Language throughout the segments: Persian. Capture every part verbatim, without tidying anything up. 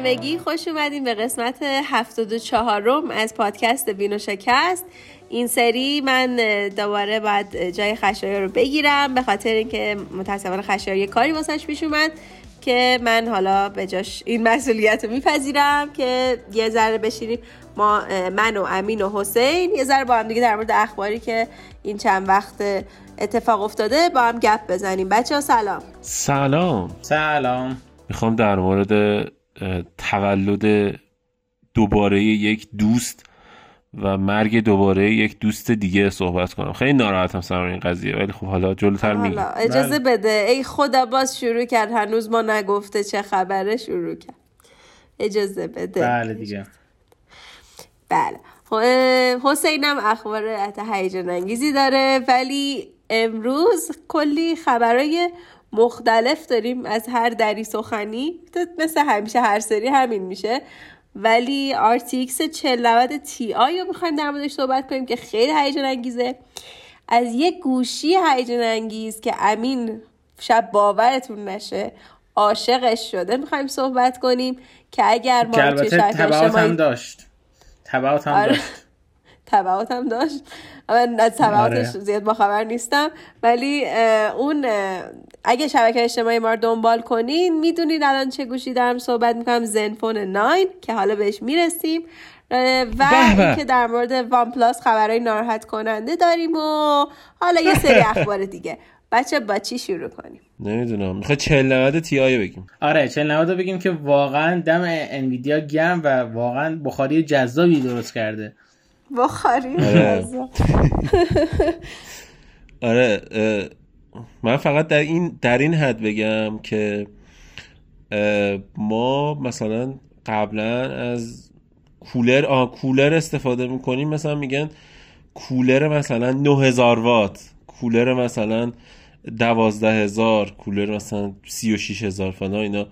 همگی، خوش اومدین به قسمت هفتاد و چهارم از پادکست وین و شکست. این سری من دوباره باید جای خشایار رو بگیرم به خاطر اینکه متاسفانه خشایار یه کاری واسش پیش اومد که من حالا به جاش این مسئولیت رو میپذیرم که یه ذره بشینیم ما من و امین و حسین یه ذره با هم دیگه در مورد اخباری که این چند وقت اتفاق افتاده با هم گپ بزنیم. بچه‌ها سلام. سلام. سلام. میخوام در مورد تولد دوباره یک دوست و مرگ دوباره یک دوست دیگه صحبت کنم. خیلی ناراحتم سر این قضیه، ولی خب حالا جلوتر میگم. حالا اجازه بده. ای خدا باز شروع کرد، هنوز ما نگفته چه خبره شروع کرد. اجازه بده. بله دیگه. بله. حسینم اخبار هیجان انگیزی داره، ولی امروز کلی خبرای مختلف داریم از هر دری سخنی. مثل همیشه هر سری همین میشه، ولی آر تی ایکس چهل نود تی آی رو میخوایم در موردش صحبت کنیم که خیلی هیجان انگیزه. از یک گوشی هیجان انگیز که امین شب باورتون نشه عاشقش شده میخوایم صحبت کنیم که اگر ما البته تبعات هم داشت تبعات هم آره. داشت تبعات هم داشت من از تبعاتش آره. زیاد باخبر نیستم، ولی اون اگه شبکه اجتماعی ما رو دنبال کنین میدونین الان چه گوشی دارم صحبت میکنم. زنفون نه که حالا بهش میرسیم و اینکه در مورد وان پلاس خبرهای ناراحت کننده داریم و حالا یه سری اخبار دیگه. بچه با چی شروع کنیم؟ نمیدونم. میخوای چهل نود تی آی بگیم؟ آره چهل نود رو بگیم که واقعا دم انویدیا گرم و واقعا بخاری جذابی درست کرده. بخاری آره. جذاب. آره من فقط در این در این حد بگم که ما مثلا قبلا از کولر آه کولر استفاده میکنیم، مثلا میگن کولر مثلا نه هزار وات، کولر مثلا دوازده هزار، کولر مثلا سی و شش هزار فلان اینا.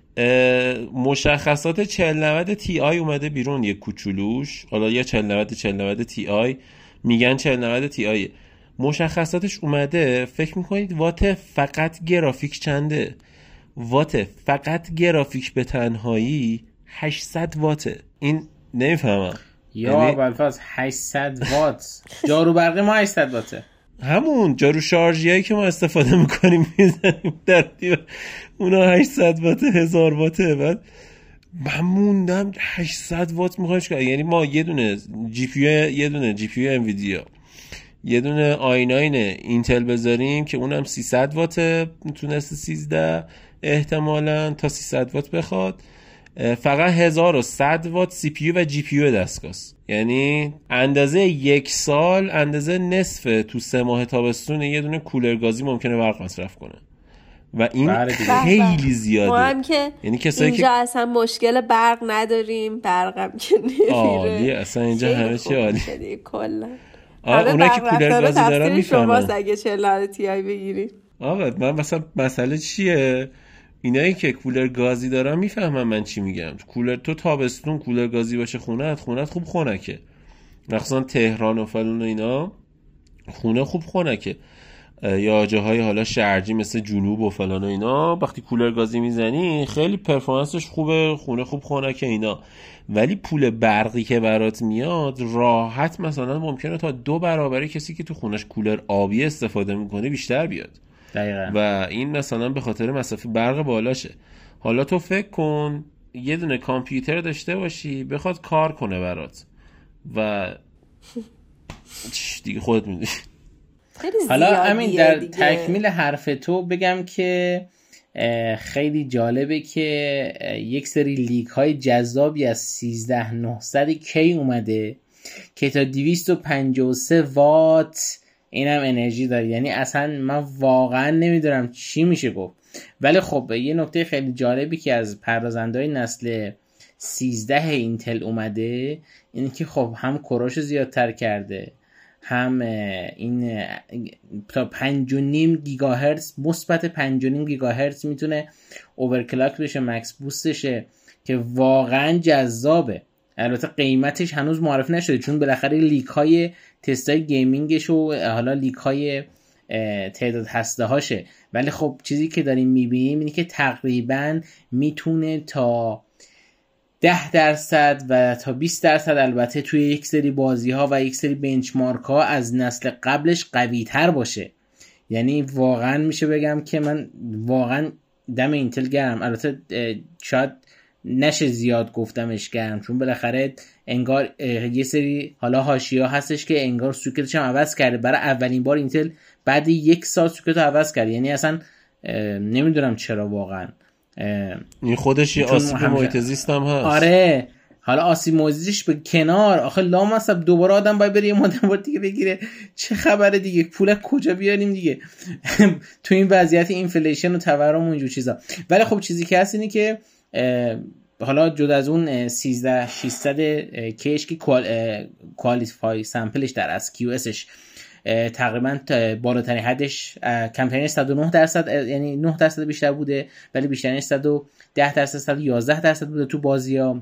مشخصات چهل نود تی آی اومده بیرون، یک کوچولوش، حالا یا چهل نود چهل نود تی آی میگن چهل نود تی آی، مشخصاتش اومده. فکر میکنید وات فقط گرافیک چنده؟ وات فقط گرافیک به تنهایی هشتصد واته. این نمیفهمم. یا ابوالفضل هشتصد وات جارو برقی ما هشتصد واته، همون جارو شارژیایی که ما استفاده میکنیم میزنیم در دیوار اونا هشتصد واته، هزار واته. بعد من موندم هشتصد وات میخوایم چیکار؟ یعنی ما یه دونه جی پی یو یه دونه جی پی یو انویدیا، یه دونه آی ناین اینتل بذاریم که اونم سیصد واته، میتونست سیزده احتمالاً تا سیصد وات بخواد، فقط هزار و صد وات سی پی یو و جی پی یو دستگاهست. یعنی اندازه یک سال، اندازه نصف تو سه ماه تابستون یه دونه کولر گازی ممکنه برق مصرف کنه و این خیلی زیاده. ما هم که یعنی کسایی اینجا که اصلا مشکل برق نداریم، برقم که نمیره. عالیه اصلا اینجا همه چی عالی کلا. آه اونا که کولر گازی دارن میفهمن. شما اگه چهل نود تی آی بگیرید. آقا من مثلا مسئله چیه؟ اینایی که کولر گازی دارن میفهمن من چی میگم. کولر تو تابستون کولر گازی باشه خونه‌ات، خونه‌ات خوب خنکه. مخصوصا تهران و فلان و اینا خونه خوب خنکه، یا جاهای حالا شرجی مثل جنوب و فلان و اینا وقتی کولر گازی میزنی خیلی پرفورمنسش خوبه، خونه خوب خنکه اینا. ولی پول برقی که برات میاد راحت مثلا ممکنه تا دو برابر کسی که تو خونش کولر آبی استفاده میکنه بیشتر بیاد. دقیقا. و این مثلا به خاطر مصرف برق بالاشه. حالا تو فکر کن یه دونه کامپیوتر داشته باشی بخواد کار کنه برات و دیگه خودت میدونی. حالا همین در دیگه. تکمیل حرف تو بگم که خیلی جالبه که یک سری لیک های جذابی از سیزده نهصد کی اومده که تا دویست و پنجاه و سه وات اینم انرژی داره. یعنی اصلا من واقعا نمیدونم چی میشه گفت. ولی خب یه نکته خیلی جالبی که از پردازندهای نسل سیزده اینتل اومده اینه که خب هم کوراش زیادتر کرده، هم این تا پنج و نیم گیگاهرتز مثبت پنج و نیم گیگاهرتز میتونه اوورکلاک بشه، مکس بوستشه که واقعا جذابه. البته قیمتش هنوز معرفی نشده چون بالاخره لیک های تستای گیمینگش و حالا لیک های تعداد هسته هاشه، ولی خب چیزی که داریم میبینیم اینه که تقریبا میتونه تا ده درصد و تا بیست درصد البته توی یک سری بازی ها و یک سری بنچمارک ها از نسل قبلش قوی تر باشه. یعنی واقعا میشه بگم که من واقعا دم اینتل گرم. البته شاید نشه زیاد گفتمش گرم، چون بالاخره انگار یه سری حالا حاشیه‌ها هستش که انگار سوکتش هم عوض کرده. برای اولین بار اینتل بعد یک سال سوکت رو عوض کرده. یعنی اصلا نمیدونم چرا واقعا. این خودش یه آسیب محیط زیست هم هست. آره حالا آسیب محیط زیستش به کنار، آخه لامصب دوباره آدم باید بره یه مدت دیگه بگیره. چه خبره دیگه؟ پول کجا بیاریم دیگه تو این وضعیت اینفلیشن و تورم و اینجور چیزا. ولی خب چیزی که هست اینه که حالا جدا از اون سیزده ششصد کیش که کوالیفای سامپلش در اس کیو اسش تقریبا بالاترین حدش کمترین صد و نه درصد، یعنی نه درصد بیشتر بوده، ولی بیشترین صد و ده درصد صد و یازده درصد بوده تو بازی‌ها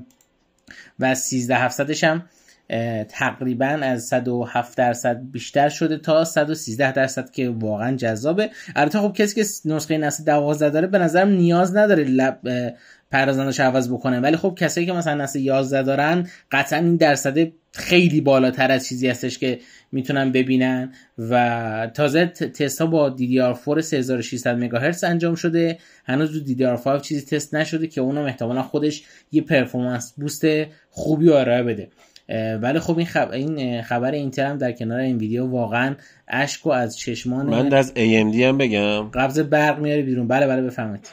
و سیزده هفتصدش هم تقریبا از صد و هفت درصد بیشتر شده تا صد و سیزده درصد که واقعا جذابه. البته خب کسی که نسخه نسل دوازده داره به نظرم نیاز نداره لب پردازندش عوض بکنه، ولی خب کسایی که مثلا نسل یازده دارن قطعا این درصد خیلی بالاتر از چیزی هستش که میتونن ببینن. و تازه تست ها با دی دی آر فور سه هزار و ششصد مگاهرتز انجام شده، هنوز رو دی دی آر پنج چیزی تست نشده که اونم احتمالا خودش یه پرفورمنس بوست خوبی ارائه بده. ولی خب این خبر این خبر اینتل هم در کنار انویدیا واقعا اشکو از چشمان من از ای ام دی هم بگم قبض برق میاره بیرون. بله بله بفهمید.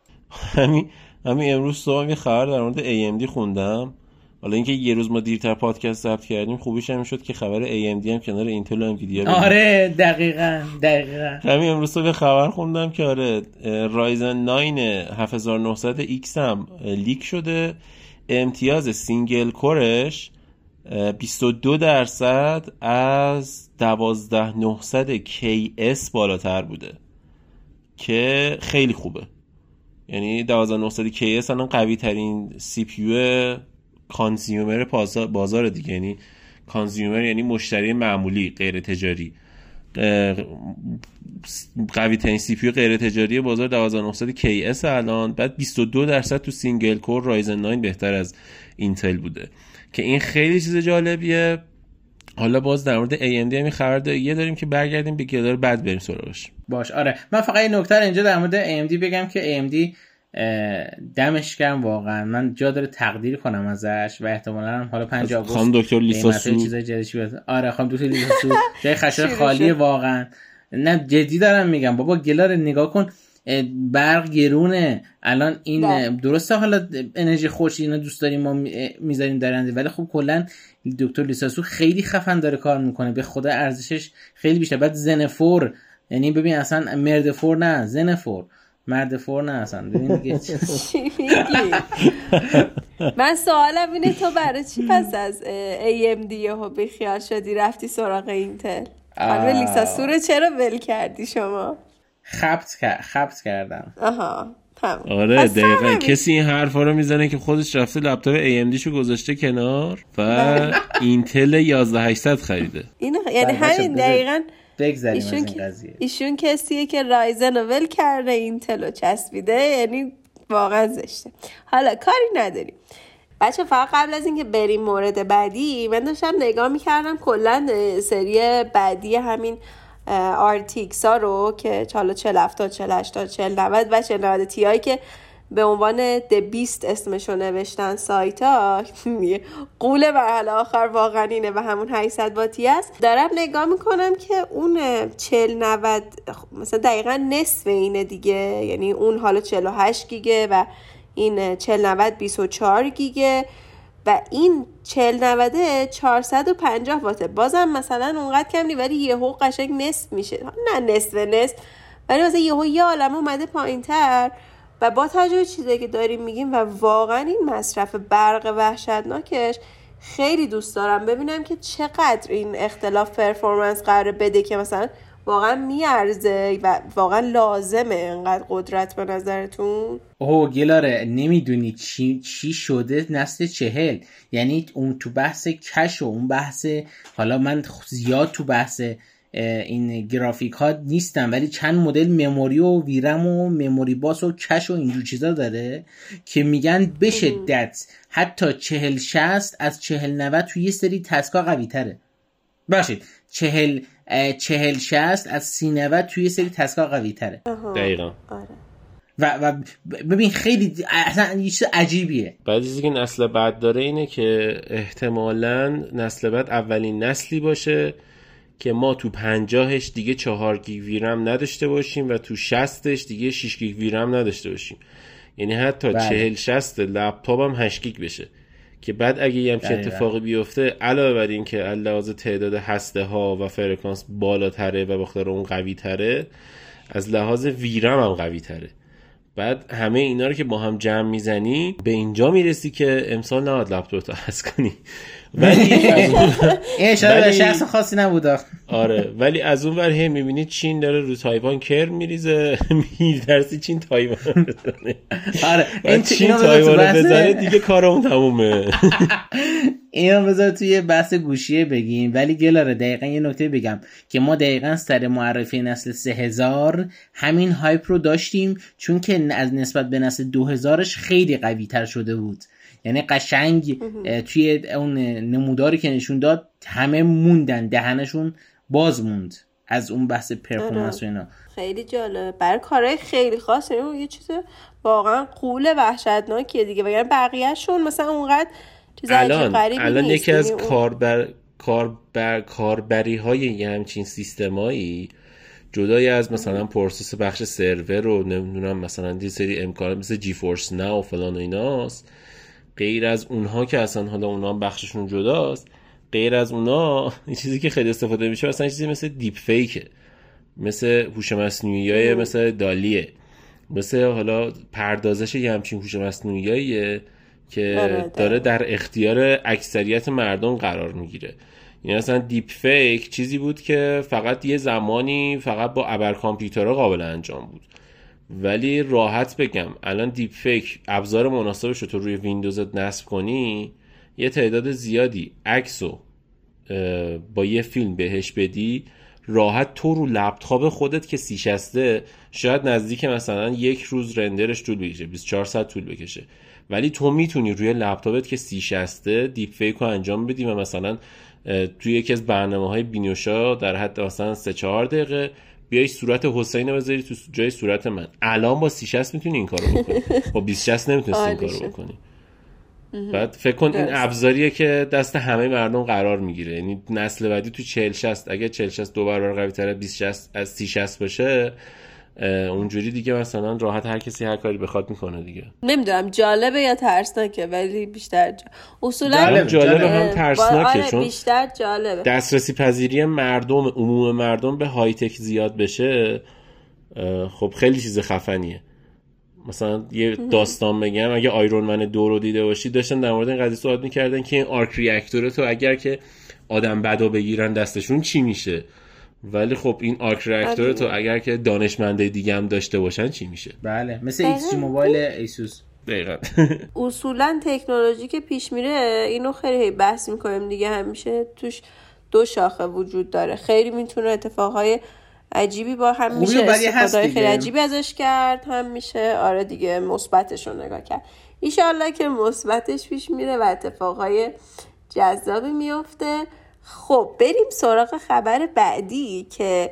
همین همین امروز صبح یه خبر در مورد ای ام دی خوندم. حالا اینکه یه روز ما دیرتر پادکست ضبط کردیم خوبیش همین شد که خبر ای ام دی هم کنار اینتل و انویدیا بود. آره دقیقاً دقیقاً همین امروز صبح خبر خوندم که آره رایزن نه هفت هزار و نهصد ایکس هم لیک شده. امتیاز سینگل کورش بیست و دو درصد از دوازده هزار و نهصد کی اس بالاتر بوده که خیلی خوبه. یعنی دوازده هزار و نهصد کی اس الان قوی ترین سی پی یو کانزیومر بازار دیگه. یعنی کانزیومر یعنی مشتری معمولی غیر تجاری. قوی ترین سی پی یو غیر تجاری بازار دوازده هزار و نهصد کی اس الان. بعد بیست و دو درصد تو سینگل کور رایزن نه بهتر از اینتل بوده که این خیلی چیز جالبیه. حالا باز در مورد ای ام دی هم خبر یه داریم که برگردیم به گلار بعد بریم سراغش. باش آره من فقط یه نکته اینجا در مورد ای ام دی بگم که ای ام دی دمش گرم واقعا. من جا داره تقدیر کنم ازش و احتمالاً هم حالا پنجاه آگوست خانم دکتر لیساسو چیزای جدیدش بیاد. آره خانم دکتر لیساسو جای خشن خالیه واقعا. نه جدی دارم میگم بابا گلار نگاه کن، برق گرونه الان این ده. درسته حالا انرژی خورشیدی اینا دوست داریم ما میذاریم درنده، ولی خب کلا دکتر لیساسو خیلی خفن داره کار میکنه، به خدا ارزشش خیلی بیشتر. بعد زنفور، یعنی ببین اصلا مرد فور نه زنفور، مرد فور نه اصلا. ببین دیگه چی میگی؟ من سوالم اینه تو برای چی پس از ای ام دی ها بی خیال شدی رفتی سراغ اینتل؟ خانم لیساسو رو چرا ول کردی شما؟ خبط خبط کردم. آها تمام. آره دقیقاً کسی این حرفا رو میزنه که خودش رفته لپتاپ ای ام دی شو گذاشته کنار و اینتل یازده هزار و هشتصد خریده. اینو یعنی همین دقیقاً بگذاریم از این قضیه. ایشون کسیه که رایزن رو ول کرده اینتل رو چسبیده، یعنی واقعا زشته. حالا کاری نداریم بچه. فقط قبل از اینکه بریم مورد بعدی، من داشتم نگاه میکردم کلا سری بعدی همین آر تی ایکس ها رو که حالا چهل هفتاد چهل هشتاد چهل نود و چهل نود تی آی که به عنوان د بیست اسمشو نوشتن سایت ها، قول مرحله آخر واقعا اینه و همون هشتصد واتی است. دارم نگاه میکنم که اون چهل نود مثلا دقیقا نصف اینه دیگه، یعنی اون حالا چهل و هشت گیگه و این چهل نود بیست و چهار گیگه و این چهل نود چهارصد و پنجاه واته. بازم مثلا اونقدر کم نی، ولی یهو قشنگ نصف میشه، نه نصف نصف، ولی مثلا یهو یه عالمه اومده پایین تر. و با توجه چیزایی که داریم میگیم و واقعا این مصرف برق وحشتناکش خیلی دوست دارم ببینم که چقدر این اختلاف پرفورمنس قراره بده که مثلا واقعا میارزه و واقعا لازمه انقدر قدرت به نظرتون؟ اوه گلاره نمیدونی چی چی شده نسل چهل. یعنی اون تو بحث کش و اون بحث، حالا من زیاد تو بحث این گرافیک ها نیستن، ولی چند مدل مموری و ویرم و مموری باس و کش و اینجور چیزا داره که میگن به شدت حتی چهل شصت از چهل نود توی یه سری تسکا قوی تره. باشید چهل چهل شصت از سی نود توی یه سری تسکا قوی تره. دقیقا. آره. و, و ببین خیلی اصلا یه چیز عجیبیه. بعد چیزی که نسل بعد داره اینه که احتمالاً نسل بعد اولین نسلی باشه که ما تو پنجاهش دیگه چهار گیگ ویرم نداشته باشیم و تو شصتش دیگه شش گیگ ویرم نداشته باشیم. یعنی حتی بله. چهل شصت لپتاپ هم هشت گیگ بشه که بعد اگه یه همچین اتفاقی بیفته علاوه بر این که علاوه تعداد هسته ها و فرکانس بالاتره و بخاطر اون قوی تره، از لحاظ ویرم هم قوی تره. بعد همه اینا رو که با هم جمع میزنی به اینجا میرسی که امسال نباید لپتاپ تو حذف کنی. ولی از اون این اشاره به شخص خاصی نبوده. آره ولی از اون ور هم میبینی چین داره رو تایوان کرم میریزه، میترسی چین تایوان بزنه. آره این چین تایوان بزنه دیگه کارمون تمومه. اینو بذار توی بحث گوشیه بگیم. ولی گلاره دقیقا یه نکته بگم که ما دقیقا سر معرفی نسل سه هزار همین هایپ رو داشتیم، چون که از نسبت به نسل دو هزارش خیلی قوی تر شده بود. یعنی قشنگ توی اون نموداری که نشون داد همه موندن، دهنشون باز موند از اون بحث پرفورمنس و اینا. خیلی جالب برای کارهای خیلی خاص. یه چیز واقعا قول وحشتناکیه دیگه، وگرنه بقیه‌شون مثلا اونقدر چیز عجیب غریبی الان نیست. یکی از کاربر کاربر کاربری های یه همچین سیستمایی جدای از مثلا پروسس بخش سرور رو نمیدونم مثلا دی سری امکانات مثل جی فورس ناو و فلان و ایناست، غیر از اونها که اصلا حالا اونها بخششون جداست، غیر از اونها این چیزی که خیلی استفاده میشه مثلا چیزی مثل دیپ فیکه، مثل هوش مصنوعیای مثل دالیه، مثل حالا پردازش یه همچین هوش مصنوعیاییه که داره در اختیار اکثریت مردم قرار میگیره. یعنی مثلا دیپ فیک چیزی بود که فقط یه زمانی فقط با ابر کامپیوترها قابل انجام بود، ولی راحت بگم الان دیپ فیک ابزار مناسبش رو تو روی ویندوزت نصب کنی، یه تعداد زیادی عکسو با یه فیلم بهش بدی، راحت تو رو لپتاپ خودت که سی شصت شاید نزدیک مثلا یک روز رندرش طول بکشه، بیست و چهار ساعت طول بکشه، ولی تو میتونی روی لپتاپت که سی شصت دیپ فیک رو انجام بدی و مثلا توی یکی از برنامه‌های بینوشا در حد مثلا سه چهار دقیقه بیای صورت حسین رو بذاری تو جای صورت من. الان با سی شصت میتونی این کارو بکنی، با بیست شصت نمیتونستی این کارو بکنی. بعد فکر کن این ابزاریه که دست همه مردم قرار میگیره. یعنی نسل بعدی تو چهل شصت اگه چهل شصت دو برابر قوی تر بیست شصت از سی شصت باشه، اونجوری دیگه مثلا راحت هر کسی هر کاری بخواد میکنه دیگه. نمیدونم جالبه یا ترسناکه، ولی بیشتر جا... اصولا جالب جالبه هم ترسناکه. آره چون بیشتر جالبه دسترسی پذیری مردم عموم مردم به های تک زیاد بشه، خب خیلی چیز خفنیه. مثلا یه داستان بگم، اگه آیرون من دو رو دیده باشید داشتن در مورد این قضیه صحبت میکردن که این آرک ریاکتور تو اگر که آدم بدو بگیرن دستشون چی میشه، ولی خب این آرک ریاکتور تو اگر که دانشمنده دیگه هم داشته باشن چی میشه. بله مثل ایکس جی موبایل ایسوس. دقیقاً. اصولا تکنولوژی که پیش میره اینو خیلی بحث میکنیم دیگه، همیشه توش دو شاخه وجود داره. خیلی میتونه اتفاقهای عجیبی با هم میشه، استفاده خیلی عجیبی ازش کرد هم میشه آره دیگه مثبتش رو نگاه کرد. ایشالله که مثبتش پیش میره و اتفاقهای جذابی میفته. خب بریم سراغ خبر بعدی که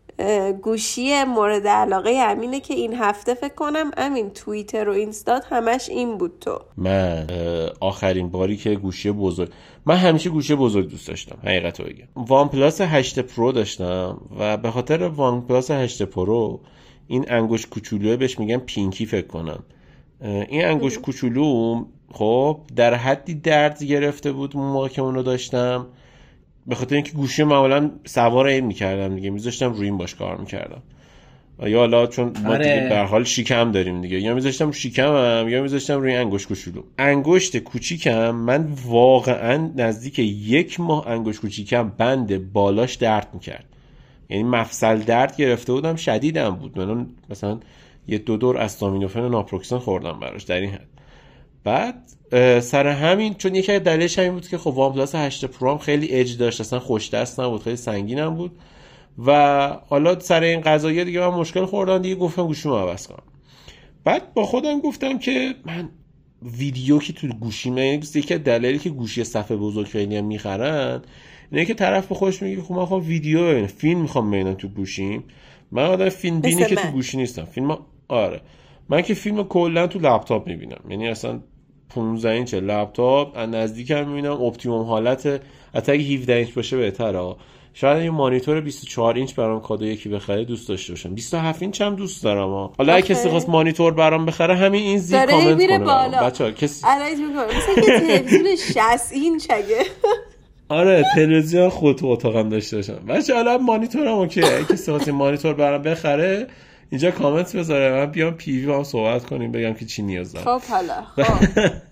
گوشی مورد علاقه امینه که این هفته فکر کنم امین توییتر و اینستات همش این بود. تو من آخرین باری که گوشی بزرگ، من همیشه گوشی بزرگ دوست داشتم حقیقت رو بگم. وان پلاس هشت پرو داشتم و به خاطر وان پلاس هشت پرو این انگشت کوچولوه بهش میگم پینکی فکر کنم، این انگشت کوچولو خب در حدی درد گرفته بود اون موقع که اونو داشتم، به خاطر اینکه گوشی معمولا سوار این میکردم دیگه، میذاشتم روی این باش کار میکردم، یا حالا چون ما آره. دیگه به هر حال شیکم داریم دیگه، یا میذاشتم رو شیکمم یا میذاشتم روی انگشت کوچولو. انگشت کوچیکم من واقعا نزدیک یک ماه انگشت کوچیکم بند بالاش درد میکرد، یعنی مفصل درد گرفته بودم، شدیدم بود. من مثلا یه دو دور استامینوفن و ناپروکسن خوردم براش در این حد. بعد سر همین چون یکی از دلایلش همین بود که خب وان پلاس هشت پرو هم خیلی اج داشت، اصلا خوش دست نبود، خیلی سنگینم بود و حالا سر این قضایی دیگه من مشکل خوردم دیگه، گفتم گوشیمو عوض کنم. بعد با خودم گفتم که من ویدیو که تو گوشیمه، یکی از دلایلی که گوشی صفحه بزرگ خیلی هم میخرن اینه که طرف به خودش میگه خب من خواهم ویدیو ببینم، فیلم میخوام ببینم تو گوشیم. من آدم فیلم بینی که تو گوشی نیستم. فیلم آره من که فیلم کلا تو لپتاپ میبینم، یعنی اصلا پانزده اینچ لپتاپ از نزدیکم میبینم، اپتیموم حالت، حتی اگه هفده اینچ باشه بهتره. شاید یه مانیتور بیست و چهار اینچ برام کادو یکی بخره دوست داشته باشم. بیست و هفت اینچ هم دوست دارم. حالا اگه کسی خواست مانیتور برام بخره همین این زیر کامنت کنه بچه‌ها. کسی الان میگم مثلا یه تلویزیون شصت اینچ اگه آره تلویزیون خود تو اتاقم داشته باشم. بچه حالا مانیتورم اوکی، اگه کسی خواست مانیتور برام بخره اینجا کامنت بذاره، من بیام پی وی با هم صحبت کنیم بگم که چی نیاز دارم. خب حالا خب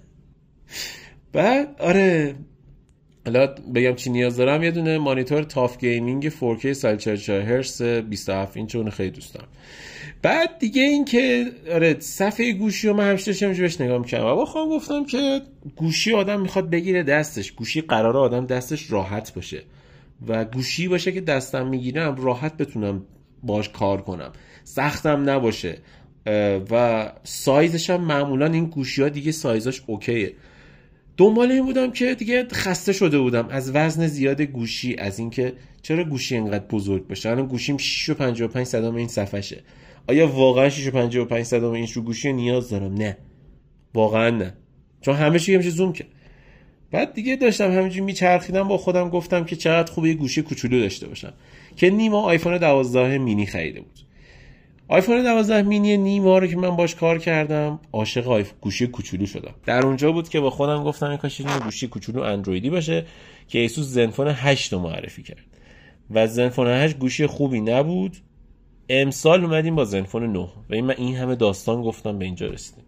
بعد آره حالا بگم چی نیاز دارم. یه دونه مانیتور تاف گیمینگ فور کی صد و چهل و چهار هرتز بیست و هفت اینچ اون خیلی دوست دارم. بعد دیگه این که آره صفحه گوشی رو من همیشه داشتم بهش نگاه می‌کردم و با خودم گفتم که گوشی آدم میخواد بگیره دستش، گوشی قراره آدم دستش راحت باشه و گوشی باشه که دستم میگیرم راحت بتونم باش کار کنم، سختم نباشه و سایزش هم معمولا این گوشی‌ها دیگه سایزش اوکیه. دنبال این بودم که دیگه خسته شده بودم از وزن زیاد گوشی، از اینکه چرا گوشی اینقدر بزرگ باشه. الان گوشیم شش و پنجاه و پنج صدم این صفحشه. آیا واقعا شش و پنجاه و پنج صدم این رو گوشی نیاز دارم؟ نه واقعا نه، چون همه چی میشه زوم کرد. بعد دیگه داشتم همینجوری میچرخیدم با خودم گفتم که چقدر خوبه یه گوشی کوچولو داشته باشم که نیما آیفون دوازده مینی خریده بود. آیفون دوازده مینی نیما رو که من باش کار کردم عاشق آیفون گوشی کوچولو شدم. در اونجا بود که با خودم گفتم این کاش یه گوشی کوچولو اندرویدی باشه که ایسوس زنفون هشت رو معرفی کرد و زنفون هشت گوشی خوبی نبود. امسال اومدیم با زنفون نه و این من این همه داستان گفتم به اینجا رسیدیم.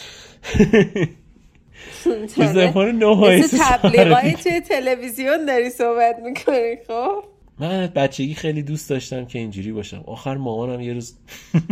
زنفون نه ایسوس تبلیغاتی توی تلویزیون داری صحبت میکنی. خب من بچگی خیلی دوست داشتم که اینجوری باشم. آخر مامانم یه روز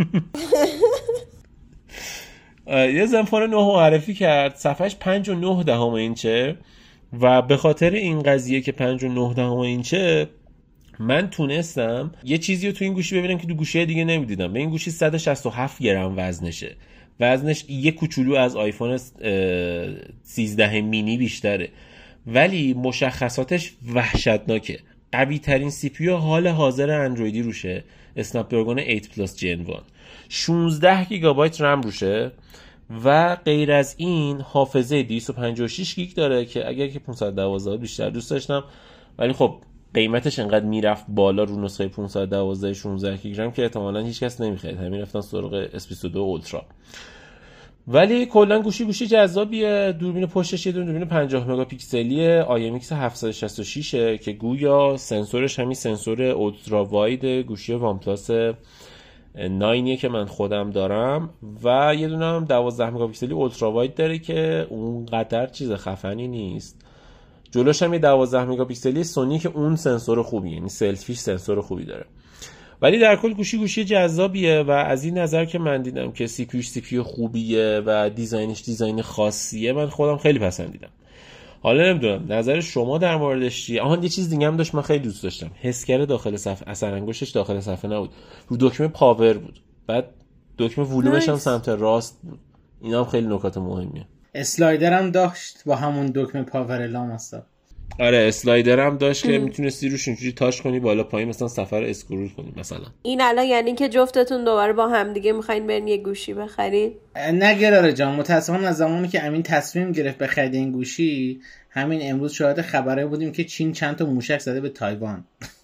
یه زنفون نه معرفی کرد، صفحش پنج و نه دهم اینچه و به خاطر این قضیه که پنج و نه دهم اینچه من تونستم یه چیزی رو تو این گوشی ببینم که تو گوشی دیگه نمیدیدم. به این گوشی صد و شصت و هفت گرم وزنشه، وزنش یه کوچولو از آیفون سیزده مینی بیشتره ولی مشخصاتش وحشتناکه. قوی ترین سی پی یو حال حاضر اندرویدی روشه، اسنپ دراگون هشت پلاس جن یک، شانزده گیگابایت رم روشه و غیر از این حافظه دویست و پنجاه و شش گیگ داره که اگر که پانصد و دوازده بیشتر دوست داشتم ولی خب قیمتش انقدر میرفت بالا رو نسخه پانصد و دوازده شانزده گیگ رم که احتمالاً هیچ کس نمیخرید، همین رفتن سراغ اس بیست و دو اولترا. ولی کلا گوشی گوشی جذابیه. دوربین پشتش یه دوربین پنجاه مگاپیکسلیه آی ام ایکس هفتصد و شصت و شش که گویا سنسورش همین سنسور اولترا واید گوشی وان پلاس نه که من خودم دارم و یه دونه هم دوازده مگاپیکسلی اولترا واید داره که اونقدر چیز خفنی نیست. جلوش هم یه دوازده مگاپیکسلی سونی که اون سنسور خوبیه، یعنی سلفیش سنسور خوبی داره. ولی در کل گوشی گوشی جذابیه و از این نظر که من دیدم که سی پی یوش سی پی یو خوبیه و دیزاینش دیزاین خاصیه من خودم خیلی پسندیدم. حالا نمیدونم نظر شما در موردش چیه. آها یه چیز دیگه هم داشت من خیلی دوست داشتم، حسگر داخل صفحه، اثر انگشتش داخل صفحه نبود، رو دکمه پاور بود، بعد دکمه وولومش هم سمت راست بود. اینا هم خیلی نکات مهمیه. اسلایدر هم داشت با همون دکمه پاور لام هست. آره اسلایدر هم داشت که میتونستی روش اینجوری تاچ کنی بالا پایین مثلا سفر اسکرول کنی مثلا. این الان یعنی که جفتتون دوباره با هم دیگه میخواین برین یه گوشی بخرید؟ نه گراره جان، متاسفانه از زمانی که امین تصمیم گرفت بخرید این گوشی، همین امروز شاهد خبره بودیم که چین چند تا موشک زده به تایوان.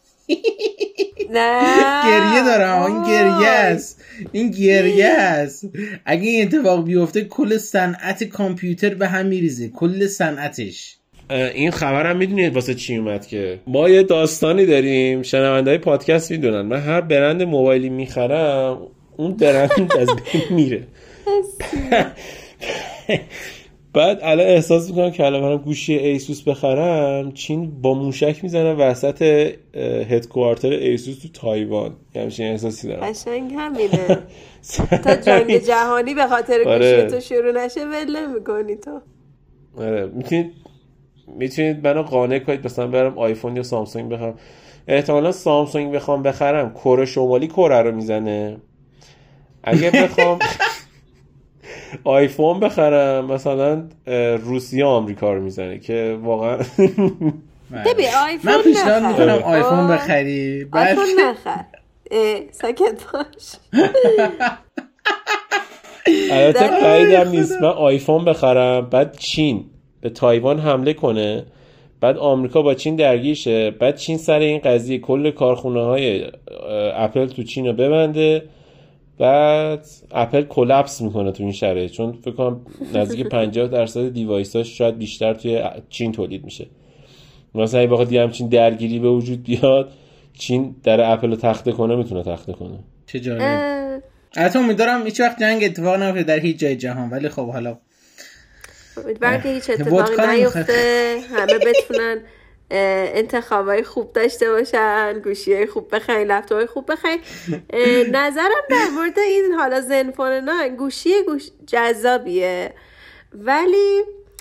نه گریه دارم، این گریه است، این گریه است. اگه این اتفاق بیفته کل صنعت کامپیوتر به هم میریزه، کل صنعتش. این خبرم میدونید واسه چی اومد که ما یه داستانی داریم، شنونده‌های پادکست میدونن، من هر برند موبایلی میخرم اون برند از بین میره. بعد الان احساس میکنم که الان برام گوشی ایسوس بخرم چین با موشک میزنه وسط هدکوارتر ایسوس تو تایوان، همچین احساسی دارم. قشنگ همینه. تا جنگ جهانی به خاطر گوشی تو شروع نشه ول میکنی تو. آره میتونید میتونید منو قانع کنید مثلا برم آیفون یا سامسونگ بخرم. احتمالا سامسونگ بخوام بخرم کره شمالی کره رو میزنه، اگه بخوام آیفون بخرم مثلا روسیه آمریکا رو میزنه که واقعا ببین آیفون من پیشنهاد میکنم آیفون بخری. آیفون نخر، ساکت باش. البته بعیدم نیست من آیفون بخرم بعد چین به تایوان حمله کنه، بعد آمریکا با چین درگیر شه، بعد چین سر این قضیه کل کارخونه های اپل تو چین رو ببنده، بعد اپل کلاپس میکنه تو این شرایط، چون فکر کنم نزدیک پنجاه درصد دیوایساش شاید بیشتر توی چین تولید میشه. مثلا اگه بخواد همچین درگیری به وجود بیاد چین در اپل رو تخته کنه میتونه تخته کنه. چه جالب. البته امیدوارم هیچ وقت جنگ اتفاق نیفته در هیچ جای جهان، ولی خب حالا امیدوارم که هیچ اتفاقی نیفته، همه بتونن انتخابای خوب داشته باشن، گوشیای خوب بخرین، لپتاپای خوب بخرین. نظرم در مورد این حالا زنفون نه، گوشی گوش جذابیه ولی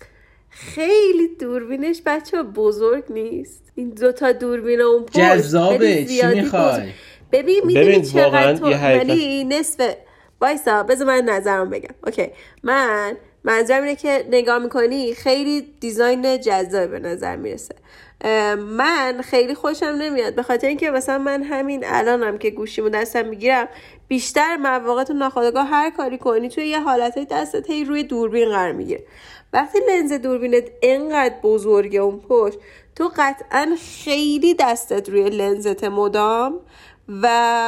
خیلی دوربینش بچه بزرگ نیست. این دوتا دوربین اون پشت جذابه. چی میخوای؟ ببین میدونی چقدر تو منی نصف وایسا بذار من نظرم بگم. اوکی من منظرم اینه که نگاه میکنی خیلی دیزاین جذاب به نظر میرسه. من خیلی خوشم نمیاد به خاطر اینکه مثلا من همین الانم که گوشیمو دستم میگیرم بیشتر مواقع تو ناخودآگاه هر کاری کنی توی یه حالتای دستت هی روی دوربین قرار میگیره. وقتی لنز دوربینت اینقدر بزرگه اون پشت تو قطعا خیلی دستت روی لنزت مدام و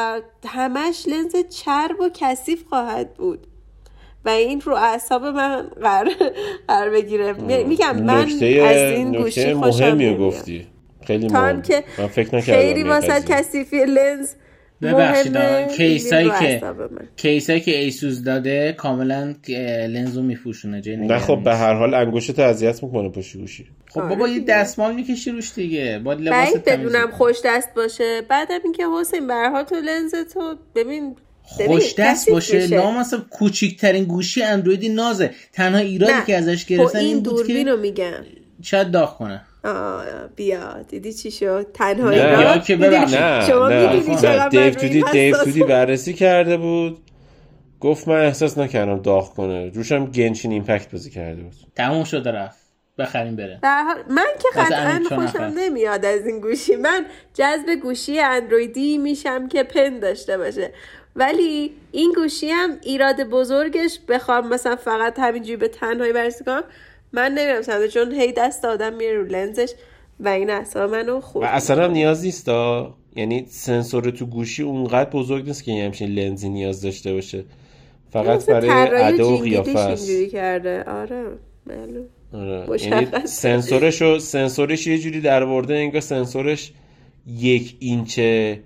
همش لنز چرب و کثیف خواهد بود و این رو اعصاب من قرار قرار بگیره. میگم من از این گوشی خوشم نمیاد. گفتی خیلی مهم. که من فکر نکردم خیلی واسه کثیفی لنز ببخشید کیسایی که کیسایی که ایسوس داده کاملا لنزو میپوشونه. نه خب به هر حال انگشتت اذیت میکنه پشت گوشی. خب بابا یه دستمال میکشی روش دیگه، با لباس تمیز بدونم خوش دست باشه. بعدم اینکه حسین به هر حال تو لنز تو ببین خوش دست باشه. لام اصلا کوچیکترین گوشی اندرویدی نازه. تنها ایرادی که ازش گرفتن این بود که رو میگم شاید داغ کنه. آه بیا دیدی چی شد؟ تنها ایراد که ببخشید نه شما میدونی چقدر دیو تودی دیو تودی بررسی کرده بود گفت من احساس نکردم داغ کنه، روشم گنشین ایمپکت بازی کرده بود. تموم شد رفت بخریم بره. در حال من که قطعا خوشم نمیاد از این گوشی. من جذب گوشی اندرویدی میشم که پن داشته باشه، ولی این گوشی هم ایراد بزرگش بخوام مثلا فقط همینجوری به تنهایی بررسی کنم من نمیرم سمت، چون هی دست آدم میره رو لنزش و این اصلا منو خورد. و اصلا نیاز نیست دا. یعنی سنسور تو گوشی اونقدر بزرگ نیست که یه همچین لنزی نیاز داشته باشه، فقط برای ادا و قیافه است. اینجوری کرده. آره معلوم. آره. یعنی سنسورشو سنسورش یه جوری درآورده انگار سنسورش یک اینچ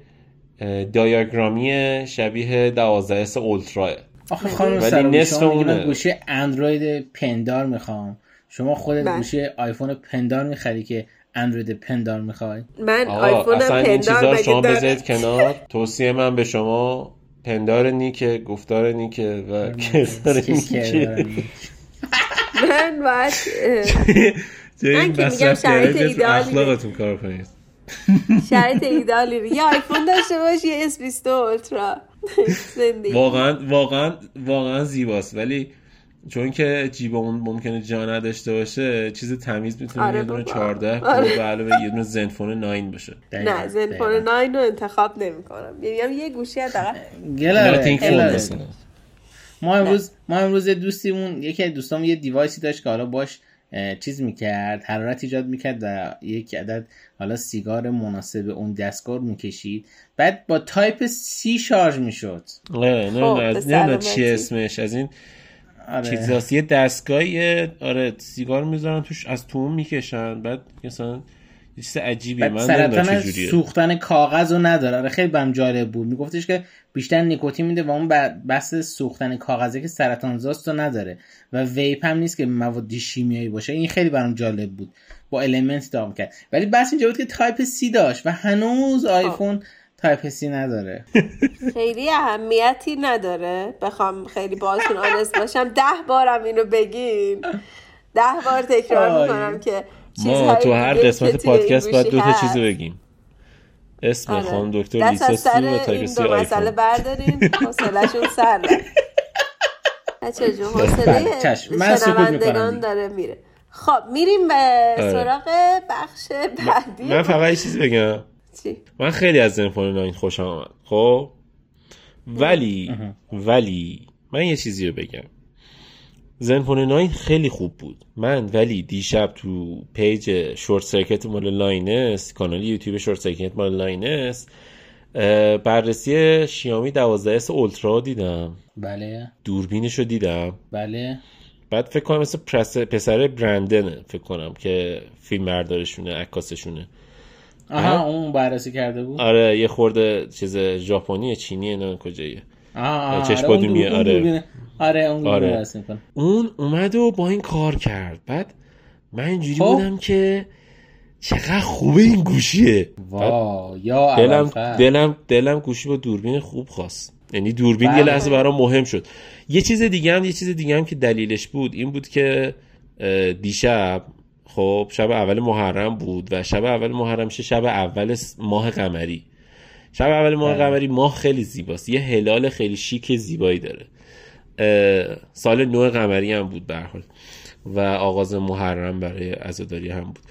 دیاگرامی شبیه دوازده اس اولترا. آخه خانم سرامی شما میگم گوشی اندروید پندار میخوام، شما خودت گوشی آیفون پندار میخری که اندروید پندار میخوای؟ من آیفون پندار این چیزا شما بذارید کنار. توصیه من به شما پندار نیکه، گفتار نیکه و کردار نیکه. من باید من که میگم شرایط ایدئالی اخلاقتون کار کنید. شرایط ایدئالی یا آیفون داشته باش یا اس بیست دو اولترا. واقعا واقعا واقعا زیباست، ولی چون که جیبمون ممکنه جا نداشته باشه چیز تمیز میتونه آره یه دونه چهارده آره. به علاوه یه دونه زنفون نه باشه. نه زنفون نه رو انتخاب نمی‌کنم، میگم یه گوشی حداقل گلاره. ما امروز ما امروز دوستیمون یکی از دوستامون یه دیوایسی داشت که حالا باش چیز میکرد، حرارت ایجاد میکرد و یک عدد حالا سیگار مناسب اون دستگاه میکشید، بعد با تایپ سی شارژ میشد. نه نه نه نه چی اسمش از این آره. چیزاست یه دستگاهی آره سیگار میذارن توش از تو میکشن، بعد مثلا یه چیز عجیبیه. من نمیدونم چجوریه. سوختن کاغذ رو نداره. آره خیلی برام جالب بود. میگفتش که بیشتر نیکوتین میده و اون بحث سوختن کاغذه که سرطانزاست رو نداره و ویپ هم نیست که مواد شیمیایی باشه. این خیلی برام جالب بود، با المنت دام کرد. ولی بس اینجا بود که تایپ سی داشت و هنوز آیفون تایپ سی نداره. خیلی اهمیتی نداره بخوام خیلی باهاتون آنست باشم. ده بارم اینو بگین، ده بار تکرار میکنم که ما تو هر قسمت پادکست باید دو تا چیزو بگیم. اسم آره. خانم دکتر لیسا سی و تاکسی آیفون. مسئله بردارین حوصله‌شون سر رفت. بچه جون حوصله شنوندگان داره میره. خب میریم به سراغ بخش بعدی. من فقط یه چیزی بگم. چی؟ من خیلی از زنفون ناین خوشم آمد. خب ولی ولی من یه چیزی رو بگم. زنفون ناین خیلی خوب بود. من ولی دیشب تو پیج شورت سرکت مال لاینس، کانال یوتیوب شورت سرکت مال لاینس، بررسی شیائومی دوازده اس اولترا دیدم. بله. دوربینشو دیدم. بله. بعد فکر کنم مثل پسر برندنه، فکر کنم که فیلم بردارشونه، عکاسشونه. آها اون بررسی کرده بود. آره یه خورده چیز ژاپنی چینیه نه کجاییه. آها چشم بادومیه. آره آره اون آره. بررسی میکنه. اون اومد و با این کار کرد. بعد من اینجوری خب؟ بودم که چقدر خوبه این گوشیه. وا یا دلم دلم دلم گوشی با دوربین خوب خواست. یعنی دوربین یه لحظه برام مهم شد. یه چیز دیگه هم یه چیز دیگه هم که دلیلش بود این بود که دیشب خب شب اول محرم بود و شب اول محرم میشه شب اول ماه قمری. شب اول ماه قمری ماه خیلی زیباست. یه هلال خیلی شیک زیبایی داره. سال نو قمری هم بود به هر حال و آغاز محرم برای عزاداری هم بود.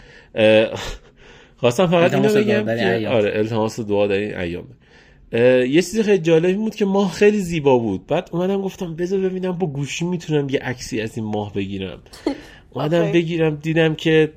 خواستم فقط اینو بگم که آره التماس دعا در این ایام. یه چیزی خیلی جالبی بود که ماه خیلی زیبا بود. بعد اومدم گفتم بذار ببینم با گوشی میتونم یه عکسی از این ماه بگیرم. اومدم بگیرم دیدم که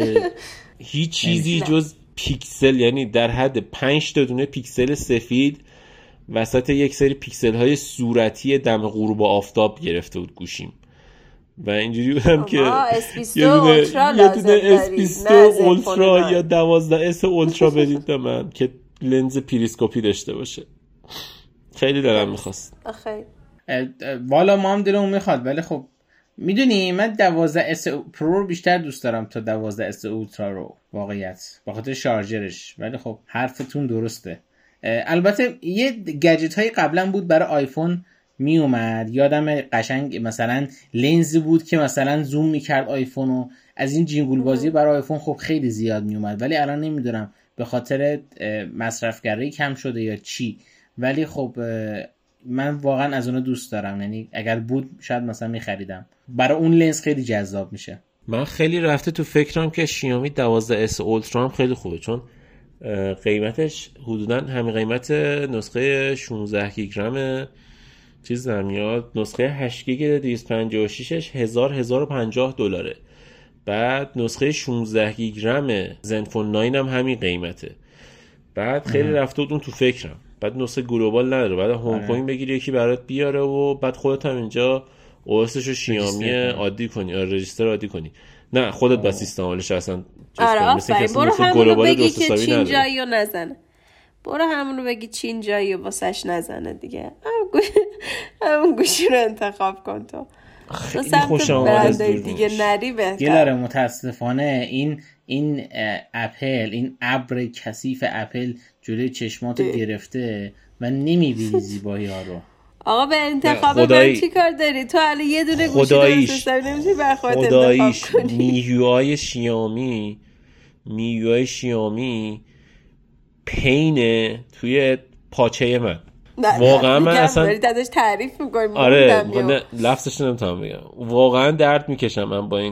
هیچ چیزی جز پیکسل، یعنی در حد پنج تا دونه پیکسل سفید وسط یک سری پیکسل های صورتی دم غروب آفتاب گرفته بود گوشیم و اینجوری بودم که یه دونه یه دونه اس بیست و اولترا یا دوازده اس اولترا بدید به من که لنز پریسکوپی داشته باشه. خیلی دلم میخواست. آخه والا ما هم دلمون میخواد، ولی خب میدونی من دوازده اس پرو رو بیشتر دوست دارم تا دوازده اس اولترا رو واقعیت، به خاطر شارژرش. ولی خب حرفتون درسته. البته یه گجت های قبلا بود برای آیفون می اومد، یادم قشنگ مثلا لنز بود که مثلا زوم میکرد آیفونو. از این جینگول بازی برای آیفون خب خیلی زیاد می اومد، ولی الان نمیدونم به خاطر مصرفگرایی کم شده یا چی. ولی خب من واقعا از اونو دوست دارم، یعنی اگر بود شاید مثلا میخریدم. برای اون لنز خیلی جذاب میشه. من خیلی رفته تو فکرم که شیائومی دوازده اس اولترا هم خیلی خوبه، چون قیمتش حدوداً همین قیمت نسخه شانزده گیگرم چیز در میاد. نسخه هشت گیگ دویست و پنجاه و شش هزار هزار و پنجاه دلاره. بعد نسخه شانزده گیگرم زنفون ناین هم همین قیمته. بعد خیلی رفته اون تو فکرم. بعد نسخه گلوبال نداره، بعد هنگ کنگ بگیری یکی برات بیاره و بعد خودت هم اینجا او اسش رو شیائومی عادی کنی، آره رجیستر عادی کنی. نه خودت با سیستم حالش اصلا آره آفرین. برو همونو بگی که چین جایی رو نزنه. برو همونو بگی چین جایی رو واسش نزنه دیگه. همون گوشی رو انتخاب کن تو. خیلی خوش آمد دیگه نری بهتر. گلاره متاسفانه این این اپل، این ابر کثیف اپل جلوی چشماتو گرفته و نمیبینی زیبایی ها رو. آقا به انتخاب من چی کار داری؟ تو الان یه دونه گوشی درست حسابی نمی‌تونی بر خودت انتخاب کنی. میوهای شیائومی میوهای شیائومی پینه توی پاچه من. واقعا من اصلا داری ازش تعریف می‌کنی. آره من لفظش نمیتونم بگم. واقعا درد میکشم من با این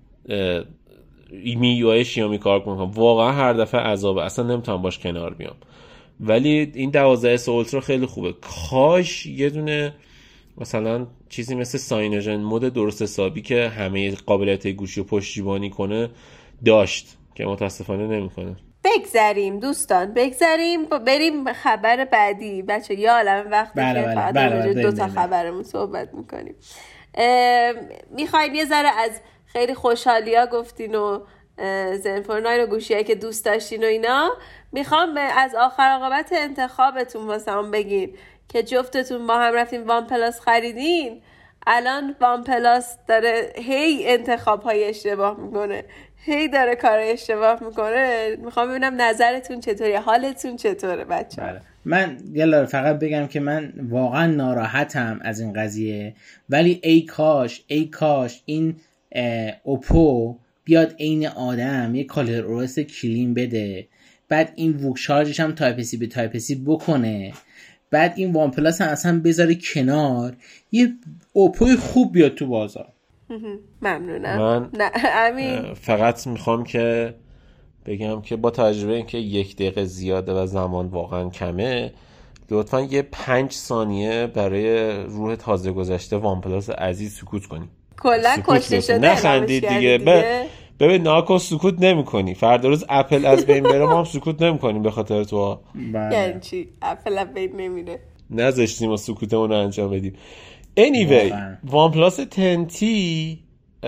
میوهای شیائومی کار کنم. واقعا هر دفعه عذابه، اصلا نمیتونم باش کنار بیام. ولی این دوازده اس اولترا خیلی خوبه. کاش یه دونه مثلا چیزی مثل ساینوژن مود درست حسابی که همه قابلیت گوشی رو پشتیبانی کنه داشت که متاسفانه نمیکنه. بگذریم دوستان، بگذریم بریم خبر بعدی. بچه یا عالم وقتی بله که بله فقط بله بله دو تا خبرمون صحبت میکنیم. میخوایم یه ذره از خیلی خوشحالی ها گفتین و زنفون ناین و گوشیایی که دوست داشتین و اینا. میخوام از آخر عاقبت انتخابتون واسم بگین که جفتتون با هم رفتین وان پلاس خریدین. الان وان پلاس داره هی انتخاب های اشتباه میکنه، هی داره کار اشتباه میکنه. میخوام ببینم نظرتون چطوره، حالتون چطوره بچه؟ بله. من یلا فقط بگم که من واقعا ناراحتم از این قضیه، ولی ای کاش ای کاش این اوپو بیاد عین آدم یک کالر او اس کلین بده بعد این ووک شارژش هم تایپ سی به تایپ سی بکنه، بعد این وان پلاس هم اصلا بذاره کنار، یه اوپوی خوب بیاد تو بازار. ممنونم. من نه امین فقط میخوام که بگم که با تجربه اینکه یک دقیقه زیاده و زمان واقعا کمه، لطفا یه پنج ثانیه برای روح تازه گذشته وان پلاس عزیز سکوت کنی. کلا کشته شده نخندید دیگه. دیگه. ببین ناکن سکوت نمی کنی، فردا روز اپل از بین بره ما هم سکوت نمی کنیم به خاطر تو. یعنی چی اپل از بین نمیره؟ نذاشتیم ما سکوتمون رو انجام بدیم. anyway وان پلاس ده تی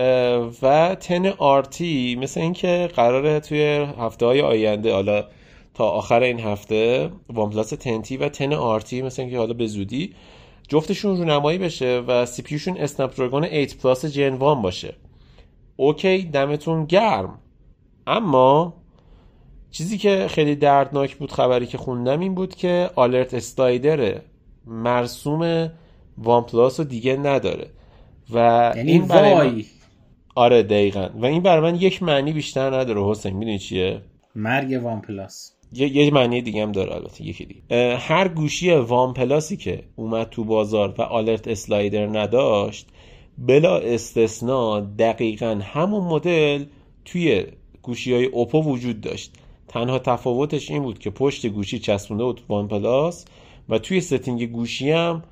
و ده آر تی مثل این که قراره توی هفته های آینده، حالا تا آخر این هفته، وان پلاس ده تی و ده آر تی مثل این که حالا به زودی جفتشون رونمایی بشه و سی پی یوشون اسنپ دراگون هشت پلاس جن وان باشه. اوکی دمتون گرم. اما چیزی که خیلی دردناک بود، خبری که خوندم این بود که آلرت اسلایدر مرسوم وان پلاس رو دیگه نداره و یعنی این برای وای من... آره دقیقاً، و این برای من یک معنی بیشتر نداره حسین. میدونی چیه؟ مرگ وان پلاس. یه, یه معنی دیگه هم داره، البته یکی دیگه. هر گوشی وان پلاسی که اومد تو بازار و آلرت اسلایدر نداشت، بلا استثناء دقیقاً همون مدل توی گوشی‌های اوپو وجود داشت. تنها تفاوتش این بود که پشت گوشی چسبونده بود وان پلاس و توی ستینگ گوشی هم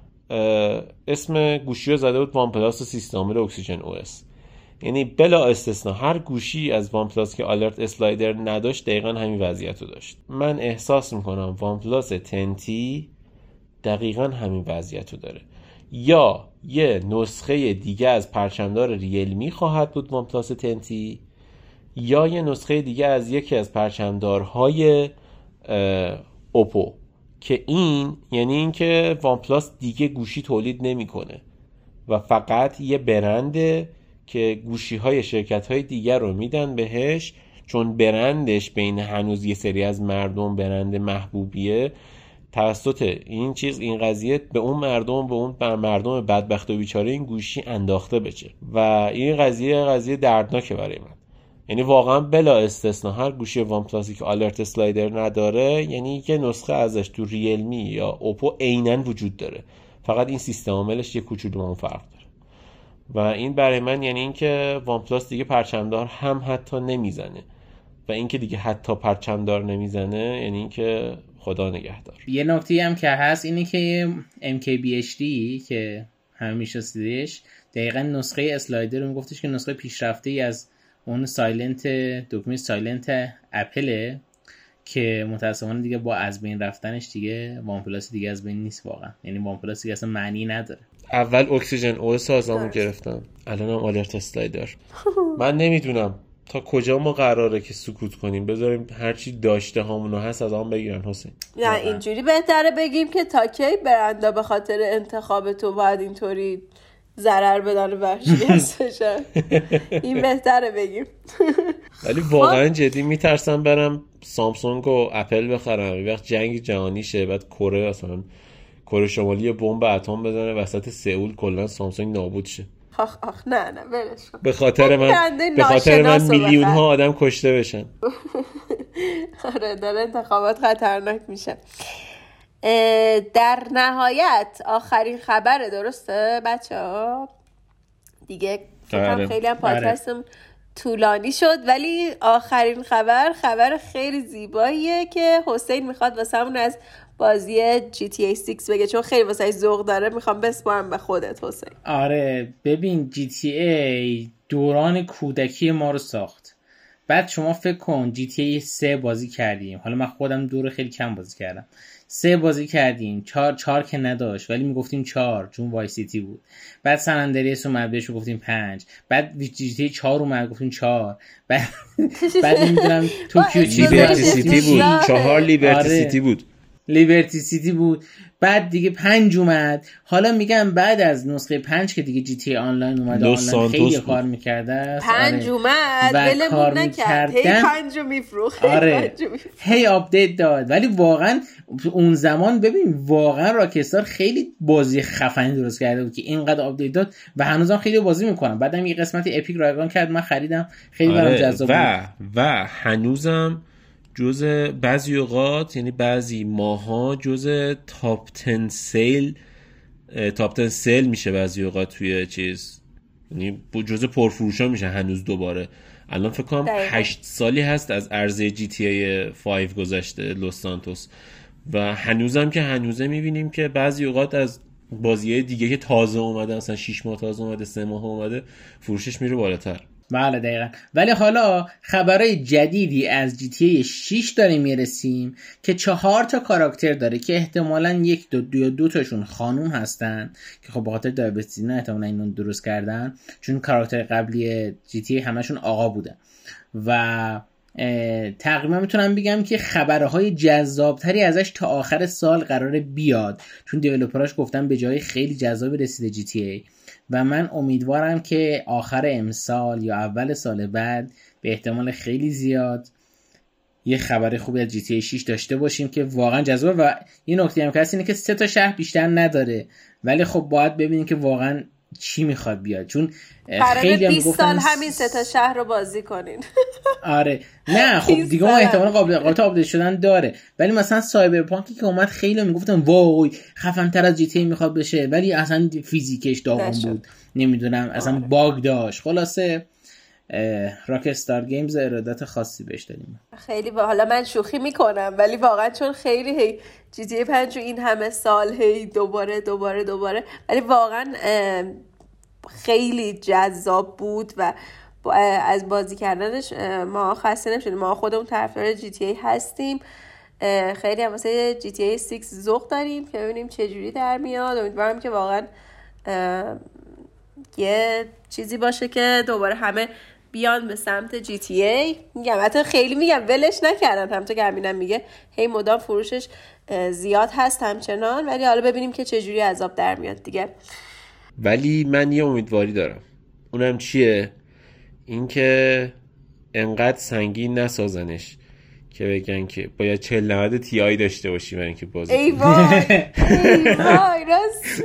اسم گوشی رو زده بود وان پلاس و سیستم عامل اکسیژن او اس. یعنی بلا استثناء هر گوشی از وان پلاس که آلرت اسلایدر نداشت دقیقاً همین وضعیت رو داشت. من احساس میکنم وان پلاس ده تی دقیقاً همین وضعیت رو داره. یا یه نسخه دیگه از پرچمدار ریلمی خواهد بود وان پلاس ده تی، یا یه نسخه دیگه از یکی از پرچمدارهای اوپو، که این یعنی این که وان پلاس دیگه گوشی تولید نمیکنه و فقط یه برنده که گوشی‌های شرکت‌های دیگر رو میدن بهش، چون برندش بین هنوز یه سری از مردم برند محبوبیه. توسط این چیز این قضیه به اون مردم به اون بر مردم بدبخت و بیچاره این گوشی انداخته بشه و این قضیه قضیه دردناکه برای من. یعنی واقعا بلا استثناء هر گوشی وان پلاسی که آلرت اسلایدر نداره، یعنی یه نسخه ازش تو ریلمی یا اوپو عیناً وجود داره، فقط این سیستم عاملش یه کوچولو اون فرق داره. و این برای من یعنی این که وان پلاس دیگه پرچمدار هم حتی نمیزنه، و این که دیگه حتی پرچمدار نمیزنه یعنی این که خدا نگهدار. یه نکته هم که هست اینه که ام کی بی اچ دی که همه میشناسیدش دقیقاً نسخه اسلایدر رو میگفتش که نسخه پیشرفته‌ای از اون سایلنت دکمه سایلنت اپله که متاسفانه دیگه با از بین رفتنش دیگه وان پلاس دیگه از بین نیست واقعا. یعنی وان پلاس دیگه اصلا معنی نداره. اول اکسیژن او اس ازمون گرفتن، الان هم آلرت اسلایدر. من نمیدونم تا کجا ما قراره که سکوت کنیم، بذاریم هرچی داشته هامونو هست از آن بگیرن حسین. نه اینجوری بهتره بگیم که تا کی برنده به خاطر انتخاب تو باید اینطوری ضرر بدن و ورشکست بشن. این بهتره بگیم. ولی واقعا جدی میترسم برم سامسونگ و اپل بخرم، یه وقت جنگ جهانی شه، بعد کره اصلا کره شمالی بمب اتم بزنه وسط سئول، کلا سامسونگ نابود شه. آخ آخ نه نه ولش کن. به خاطر من به خاطر من میلیون ها آدم کشته بشن. آره داره انتخابات خطرناک میشه. در نهایت آخرین خبره، درسته بچه ها؟ دیگه فکرم خیلی هم پادکستم طولانی شد، ولی آخرین خبر خبر خیلی زیباییه که حسین میخواد واسمون از بازی جی تی ای شش بگه، چون خیلی واسه ذوق داره. میخوام بسپارم به خودت حسین. آره ببین، جی تی ای دوران کودکی ما رو ساخت. بعد شما فکر کن جی تی ای سه بازی کردیم، حالا من خودم دور خیلی کم بازی کردم، سه بازی کردیم، چهار چهار که نداشت ولی میگفتیم چهار چون وای سیتی بود. بعد سن اندریاس اومد بهش گفتیم پنج، بعد جی تی ای چهار اومد گفتیم چهار، بعد بعد نمیدونم توکیو لیبرتی سیتی بود، چهار لیبرتی سیتی بود لیبرتی سیتی بود بعد دیگه پنج اومد. حالا میگم بعد از نسخه پنج که دیگه جی تی آنلاین اومد، آنلاین خیلی کار میکرده، پنج آره. اومد ولمون نکرد، هی پنج رو میفروخت، آره هی آپدیت داد. ولی واقعا اون زمان ببین واقعا راکستار خیلی بازی خفنی درست کرده بود که اینقدر آپدیت داد و هنوزم خیلی بازی میکنم. بعدم یه قسمتی اپیک رایگان کرد، من خریدم، خیلی برام آره. جذاب و بود و هنوزم جزء بعضی اوقات، یعنی بعضی ماها جزء تاپ ده سیل تاپ ده سیل میشه بعضی اوقات توی چیز، یعنی جزء پرفروشا میشه هنوز دوباره. الان فکر کنم هشت سالی هست از عرضه جی تی ای پنج گذشته لوس سانتوس و هنوزم که هنوزه میبینیم که بعضی اوقات از بازی‌های دیگه که تازه اومده، مثلا شش ماه تازه اومده، سه ماه اومده، فروشش میره بالاتر. بله دقیقا. ولی حالا خبرهای جدیدی از جی تی ای شش داریم میرسیم که چهار تا کاراکتر داره که احتمالاً یک دو دو, دو تاشون خانوم هستن که خب به خاطر دیابتی نه احتمالاً اینو درست کردن، چون کاراکتر قبلی جی تی ای همشون آقا بودن. و تقریبا میتونم بگم که خبرهای جذابتری ازش تا آخر سال قراره بیاد، چون دیولپراش گفتن به جای خیلی جذابی رسیده جی تی ای و من امیدوارم که آخر امسال یا اول سال بعد به احتمال خیلی زیاد یه خبر خوبی از جی تی ای شش داشته باشیم که واقعا جذابه. و یه نکته هم که هست اینه که سه تا شهر بیشتر نداره، ولی خب باید ببینیم که واقعا چی میخواد بیاد، چون خیلی هم بیست سال همین سه تا شهر رو بازی کنین. آره نه خب دیگه ما احتمال قابل قابل آپدیت شدن داره، ولی مثلا سایبرپانکی که اومد خیلی میگفتن وای خفن تر از جی تی ای میخواد بشه، ولی اصلا فیزیکش داغون بود، نمیدونم اصلا آره. باگ داشت. خلاصه راک استار گیمز ارادت خاصی بهش داریم. خیلی با... حالا من شوخی میکنم ولی واقعا چون خیلی هی جی تی ای پنج این همه سال هی دوباره دوباره دوباره، ولی واقعا خیلی جذاب بود و از بازی کردنش ما خسته نمیشدیم. ما خودمون طرفدار جی تی ای هستیم، خیلی هم واسه جی تی ای شش ذوق داریم که ببینیم چه جوری در میاد. امیدوارم که واقعا یه چیزی باشه که دوباره همه بیان به سمت جی تی ای. میگم حتی خیلی میگم ولش نکردن، همونطور که همینم میگه هی مدام فروشش زیاد هست همچنان، ولی حالا ببینیم که چه جوری عذاب در میاد دیگه. ولی من یه امیدواری دارم، اونم چیه؟ این که انقدر سنگین نسازنش که بگن که باید چهل نود تی آی داشته باشی برای اینکه بازی ای وای ای وای راست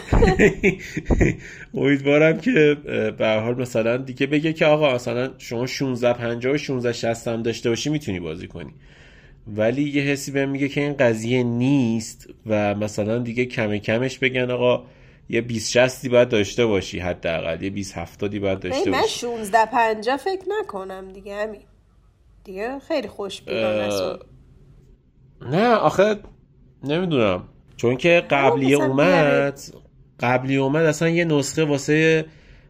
امیدوارم که به هر حال مثلا دیگه بگه که آقا مثلا شما شانزده پنجاه و شانزده شصت هم داشته باشی میتونی بازی کنی، ولی یه حسی بهم میگه که این قضیه نیست و مثلا دیگه کم کمش بگن آقا یه بیست شصتی باید داشته باشی، حداقل یه بیست هفتادی باید داشته باشی. من شانزده پنجاه فکر نکنم دیگه، همین دیگه خیلی خوش بیرون. نه آخه نمیدونم، چون که قبلی اومد قبلی اومد اصلا یه نسخه واسه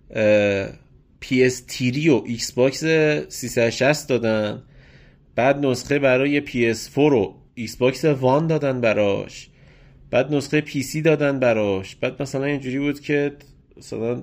پی اس تری و ایکس باکس سیصد و شصت دادن، بعد نسخه برای پی اس فور و ایکس باکس وان دادن براش، بعد نسخه پی سی دادن براش، بعد مثلا اینجوری بود که مثلا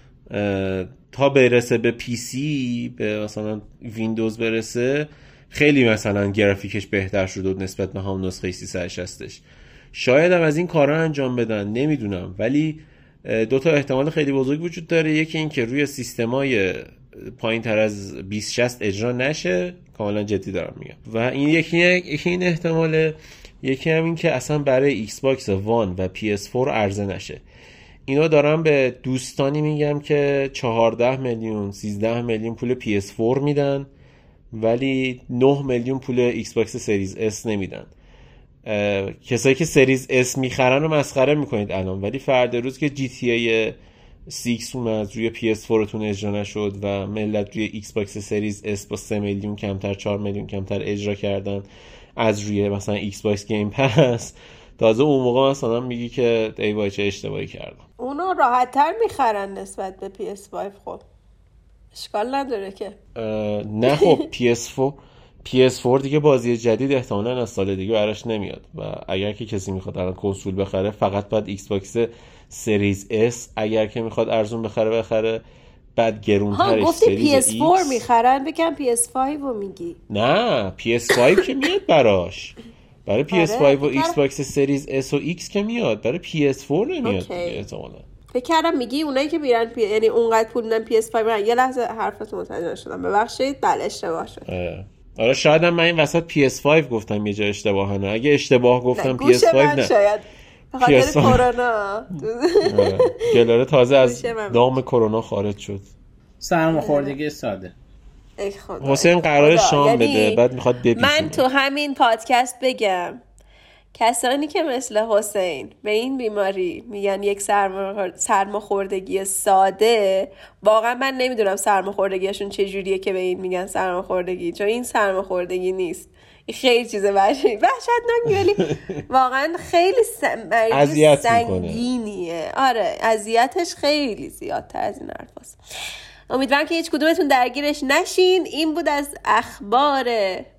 تا برسه به پی سی، به مثلا ویندوز برسه، خیلی مثلا گرافیکش بهتر شد نسبت به همون نسخه سیصد و شصتش. شاید هم از این کارا انجام بدن، نمیدونم، ولی دو تا احتمال خیلی بزرگ وجود داره. یکی این که روی سیستمای پایین تر از بیست شصت اجرا نشه، کاملا جدی دارم میگم، و این یکی یکی این احتماله. یکی هم این که اصلا برای ایکس باکس وان و پی اس فور عرضه نشه. اینا دارم به دوستانی میگم که چهارده میلیون سیزده میلیون پول پی اس فور میدن ولی نه میلیون پول ایکس باکس سریز اس نمیدن. کسایی که سریز اس میخرن رو مسخره میکنید الان، ولی فردا روز که جی تی ای شش اومد روی پی اس فورتون اجرا نشد و ملت روی ایکس باکس سریز اس با سه میلیون کمتر چهار میلیون کمتر اجرا کردن از روی مثلا ایکس باکس گیم پس، تازه اون موقع مثلا میگی که ای وای چه اشتباهی کردم. اونا راحت تر میخرن نسبت به پی اس پنج. خب اشکال نداره که نه. خب پی اس فور پی اس فور دیگه بازی جدید احتمالاً از سال دیگه براش نمیاد و اگر که کسی میخواد الان کنسول بخره فقط باید ایکس باکس سریز اس، اگر که میخواد ارزون بخره بخره، بعد گرونترش گفتی پی اس فور میخرن، بگم پی اس پنج رو میگی؟ نه پی اس پنج که میاد براش، برای پی اس پنج و ایکس باکس سریز اس و ایکس که میاد، برای پی اس فور نمیاد دیگه احتمالاً. فکر کردم میگی اونایی که میرن پی... یعنی اونقدر پول میدن پی اس پنج میرن. یه لحظه حرفتون متوجه نشدم، ببخشید. بله اشتباه شد. آره شاید هم من این وسط پی اس پنج گفتم یه جا اشتباهانه. اگه اشتباه گفتم پی اس پنج نه، شاید به خاطر کرونا گلاره تازه از دام کرونا خارج شد. سرماخوردگی ساده. حسین قرار شام یعنی بده بعد میخواد بپیچونه. من تو همین پادکست بگم کسانی که مثل حسین به این بیماری میگن یک سرماخوردگی ساده، واقعا من نمیدونم سرماخوردگیشون چجوریه که به این میگن سرماخوردگی، چون این سرماخوردگی نیست، این خیلی چیز وحشتناک ولی واقعا خیلی اذیت سنگینیه. آره اذیتش خیلی زیادتر از این حرفاست. امیدوارم که هیچ کدومتون درگیرش نشین. این بود از اخبار.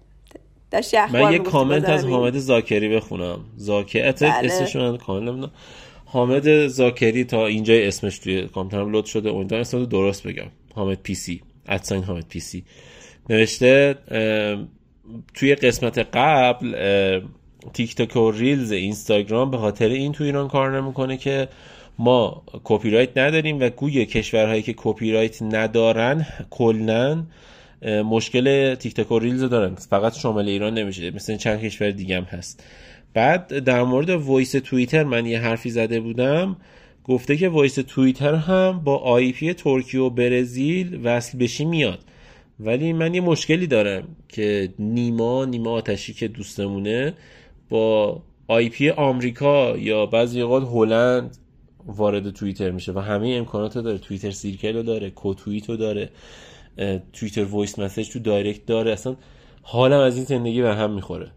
من یه کامنت از حامد زاکری بخونم. زاکری اسمشون کامل نمیدونم. حامد زاکری تا اینجا اسمش توی کامنتم لود شده، امیدوارم اسمش رو درست بگم. حامد پی سی ادساین حامد پی سی نوشته توی قسمت قبل تیک تاک و ریلز اینستاگرام به خاطر این تو ایران کار نمیکنه که ما کپی رایت نداریم و گویا کشورهایی که کپی رایت ندارن کلن مشکل تیک تاک و ریلز دارن، فقط شامل ایران نمیشه، مثلا چند کشور دیگه هم هست. بعد در مورد وایس توییتر من یه حرفی زده بودم، گفته که وایس توییتر هم با آی پی ترکیه و برزیل وصل بشی میاد، ولی من یه مشکلی دارم که نیما نیما آتشی که دوستمونه با آی پی آمریکا یا بعضی اوقات هلند وارد توییتر میشه و همه امکانات داره. توییتر سیرکل رو داره، کو توییت رو داره، توییتر وایس مسیج تو دایرکت داره. اصلا حالم از این زندگی به هم میخوره.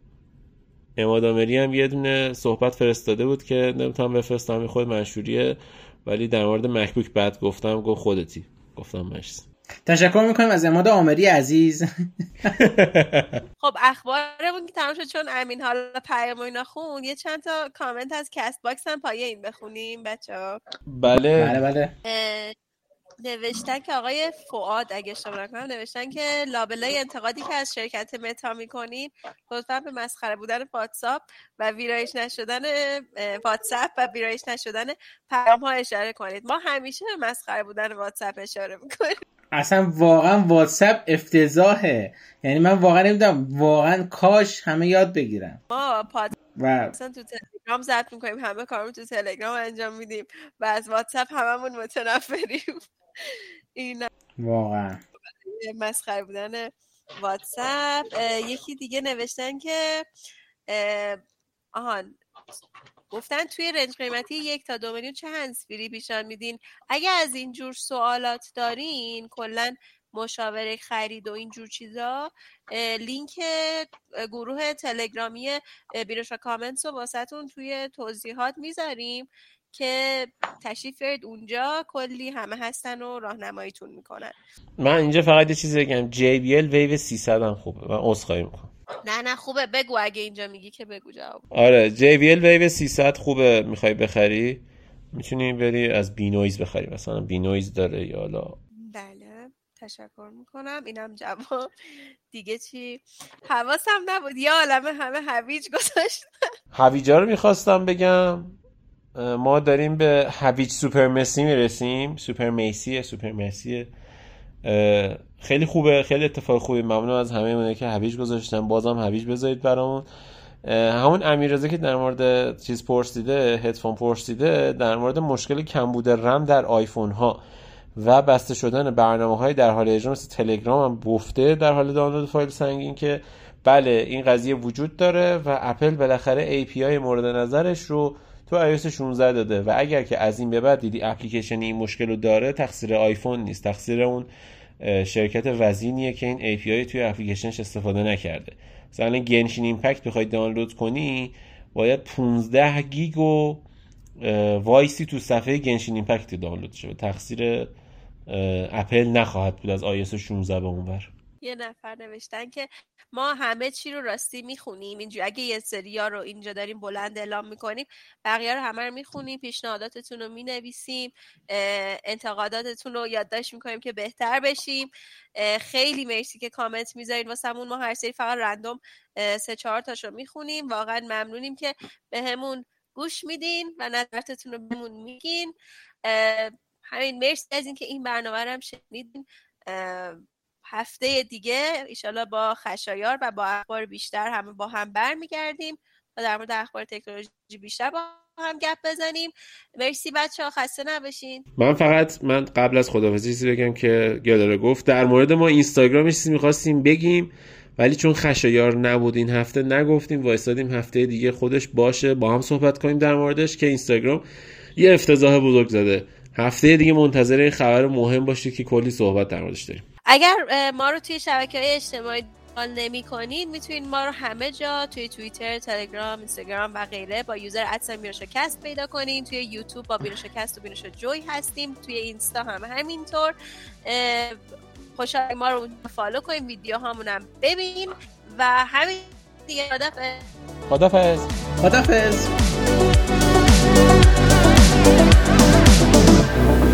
اماد آمری هم یه دونه صحبت فرستاده بود که نمیتونم بفرستم، خود منشوریه، ولی در مورد مکبوک بعد گفتم، گفت خودتی. گفتم مرسی. تشکر میکنیم از اماد آمری عزیز. خب اخبارمون که تمام شد، چون امین حالا پیام و اینا خون، یه چند تا کامنت از کست باکس هم پایه این بخونیم بچه‌ها. بله بله بله. نوشتن که آقای فؤاد اگه اشتباه نکنم نوشتن که لابلای انتقادی که از شرکت متا میکنین لطفاً به مسخره بودن واتساپ و ویرایش نشدن واتساپ و ویرایش نشدن پیام ها اشاره کنید. ما همیشه به مسخره بودن واتساپ اشاره میکنیم. اصلا واقعا واتساپ افتضاحه، یعنی من واقعا نمیدونم، واقعا کاش همه یاد بگیرن. ما پاد و اصلا تو تلگرام ضبط میکنیم، همه کارمون تو تلگرام انجام میدیم و از واتساپ هممون متنفریم. این واقعا مسخره بودن واتساپ. یکی دیگه نوشتن که آهان گفتن توی رنج قیمتی یک تا دو میلیون چه هندزفری پیشنهاد میدین؟ اگه از این جور سوالات دارین، کلا مشاوره خرید و این جور چیزا، لینک گروه تلگرامی بیروش و کامنتس رو واسهتون توی توضیحات میذاریم که تشریف برید اونجا، کلی همه هستن و راهنماییتون میکنن. من اینجا فقط یه چیزی بگم، جی بی ال ویو سیصد هم خوبه. من عذرخواهی میکنم. نه نه خوبه، بگو اگه اینجا میگی که بگو جواب. آره جی بی ال ویو سیصد خوبه، میخوای بخری میتونی بری از بینویز بخری، مثلا بینویز داره یا حالا. بله تشکر میکنم. اینم جواب. دیگه چی؟ حواسم نبود، یا عالمه همه هویج گذاشتن. هویجا رو میخواستم بگم، ما داریم به هویج سوپر مسی میرسیم. سوپر میسیه سوپر میسیه خیلی خوبه، خیلی اتفاق خوبی. ممنون از همه اونایی که هویج گذاشتن، بازم هویج بذارید برامون. همون امیررضا که در مورد چیز پرسیده، هدفون پرسیده، در مورد مشکل کمبود رم در آیفون ها و بسته شدن برنامه‌های در حال اجرا مثل تلگرام هم گفته در حال دانلود فایل سنگین که بله این قضیه وجود داره و اپل بالاخره ای پی آی مورد نظرش رو تو آی او اس شانزده داده و اگر که از این به بعد دیدی اپلیکیشن این مشکل رو داره، تقصیر آیفون نیست، تقصیر اون شرکت وزینیه که این ای پی آی توی اپلیکیشنش استفاده نکرده. مثلا گنشین ایمپکت بخوای دانلود کنی باید پانزده گیگ و وایسی تو صفحه گنشین ایمپکت دانلود شه. تقصیر اپل نخواهد بود از آی او اس شانزده به اونور. یه نفر نوشتن که ما همه چی رو راستی میخونیم، اینجوری اگه یه سریا رو اینجا داریم بلند اعلام میکنیم، بقیه رو همه رو میخونیم، پیشنهاداتتون رو مینویسیم، انتقاداتتون رو یادداشت میکنیم که بهتر بشیم. خیلی مرسی که کامنت میذارید واسمون، ما هر سری فقط رندوم سه چهار تاشو میخونیم. واقعا ممنونیم که بهمون گوش میدین و نظرتون رو بهمون میگین. همین مرسی از این که این برنامه رو هم شنیدین. هفته دیگه ایشالا با خشایار و با اخبار بیشتر همه با هم برمیگردیم. و در مورد اخبار تکنولوژی بیشتر با هم گپ بزنیم. مرسی بچه‌ها، خسته نباشین. من فقط من قبل از خداحافظی چیزی بگم که یاداره گفت در مورد ما اینستاگرام چیزی می‌خواستیم بگیم ولی چون خشایار نبود این هفته نگفتیم، وایسادیم هفته دیگه خودش باشه با هم صحبت کنیم در موردش که اینستاگرام یه افتضاح بزرگ زده. هفته دیگه منتظر این خبر مهم باشید که کلی صحبت در موردش داریم. اگر ما رو توی شبکه‌های اجتماعی فالو نمی‌کنید میتونید ما رو همه جا توی توییتر، تلگرام، اینستاگرام و غیره با یوزر ات بینوشاکست پیدا کنین. توی یوتیوب با بینوشاکست و بینوشا جوی هستیم. توی اینستا هم همینطور. خوشحال ما رو فالو کنین، ویدیوهامون هم ببین و همین دیگه. خدافظ. خدافظ. خدافظ.